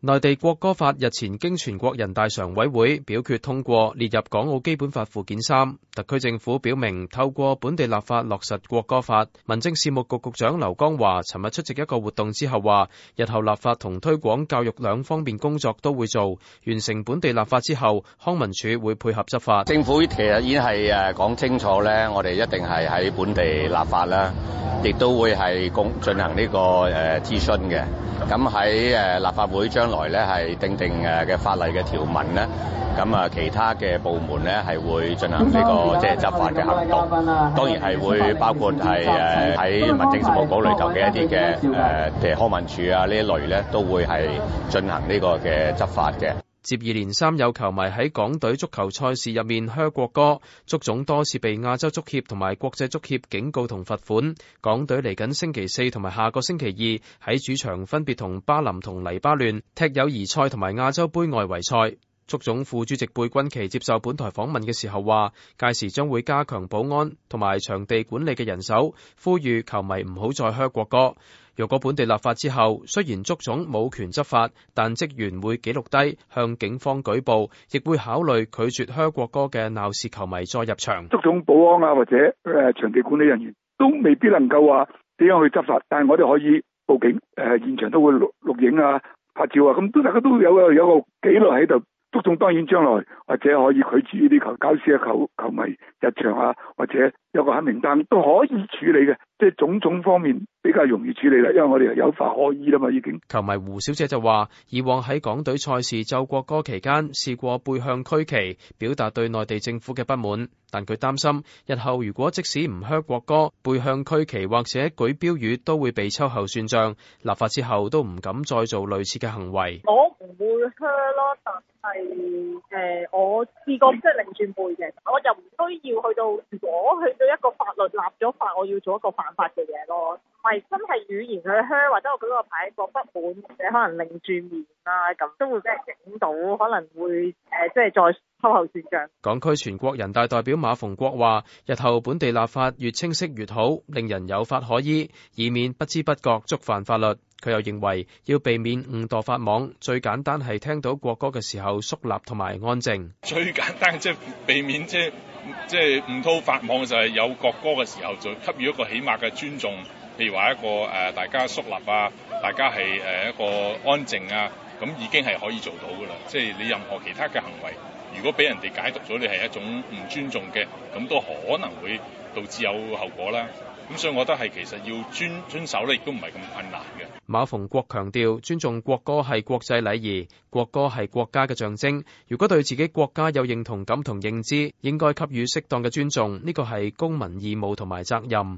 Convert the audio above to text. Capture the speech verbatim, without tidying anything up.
內地國歌法日前經全國人大常委會表決通過，列入港澳基本法附件三。特區政府表明透過本地立法落實國歌法。民政事務局局長劉江華尋日出席一個活動之後話，日後立法同推廣教育兩方面工作都會做。完成本地立法之後，康文署會配合執法。 政府其實已經係誒講清楚咧，我哋一定係喺本地立法啦，亦都會係公進行呢個誒諮詢嘅。咁喺誒立法會將來咧係訂定誒嘅法例嘅條文咧，咁啊其他嘅部門咧係會進行呢個即係執法嘅行動。當然係會包括係誒喺民政事務局裏頭嘅一啲嘅誒譬如康文署啊呢一類咧，都會係進行呢個嘅執法嘅。 接二連三有球迷喺港隊足球賽事入面噓國歌，足總多次被亞洲足協同埋國際足協警告同罰款。港隊嚟緊星期四同埋下個星期二喺主場分別同巴林同黎巴嫩踢友誼賽同埋亞洲盃外圍賽。足總副主席貝鈞奇接受本台訪問嘅時候話，屆時將會加強保安同埋場地管理嘅人手，呼籲球迷唔好再噓國歌。若果本地立法之後，雖然足總冇權執法，但職員會記錄低向警方舉報，亦會考慮拒絕噓國歌嘅鬧事球迷再入場。 足總保安啊或者誒場地管理人員都未必能夠話點樣去執法，但係我哋可以報警，誒現場都會錄錄影啊、拍照啊，咁都大家都有個有個紀律喺度。足總當然將來或者可以拒絕呢啲球搞事嘅球球迷入場啊，或者有個黑名單都可以處理嘅，即係種種方面比較容易處理啦，因為我哋有法可依啦嘛已經。 球迷胡小姐就話，以往喺港隊賽事奏國歌期間試過背向區旗，表達對內地政府嘅不滿，但佢擔心日後如果即使唔噓國歌，背向區旗或者舉標語都會被秋後算賬。立法之後都唔敢再做類似嘅行為。 我唔會噓咯，但係誒、呃、我試過即係擰轉背嘅，我又唔需要去到，如果去到一個法律立咗法，我要做一個犯法嘅嘢咯，唔係真係語言去噓，或者我舉個牌個不滿，或者可能擰轉面啦，咁都會俾人警到，可能會誒、呃、即係再秋後算賬。 港區全國人大代表馬逢國話，日後本地立法越清晰越好，令人有法可依，以免不知不覺觸犯法律。佢又認為要避免誤墮法網，最簡單係聽到國歌嘅時候肅立同埋安靜。 最簡單即係避免即係即係誤墮法網，就係有國歌嘅時候就給予一個起碼嘅尊重，譬如話一個誒大家肅立啊，大家係誒一個安靜啊，咁已經係可以做到噶啦。即係你任何其他嘅行為，如果俾人哋解讀咗你係一種唔尊重嘅，咁都可能會導致有後果啦。咁所以我覺得係其實要遵遵守咧，亦都唔係咁困難嘅。 馬逢國強調，尊重國歌係國際禮儀，國歌係國家嘅象徵。如果對自己國家有認同感同認知，應該給予適當嘅尊重，呢個係公民義務同埋責任。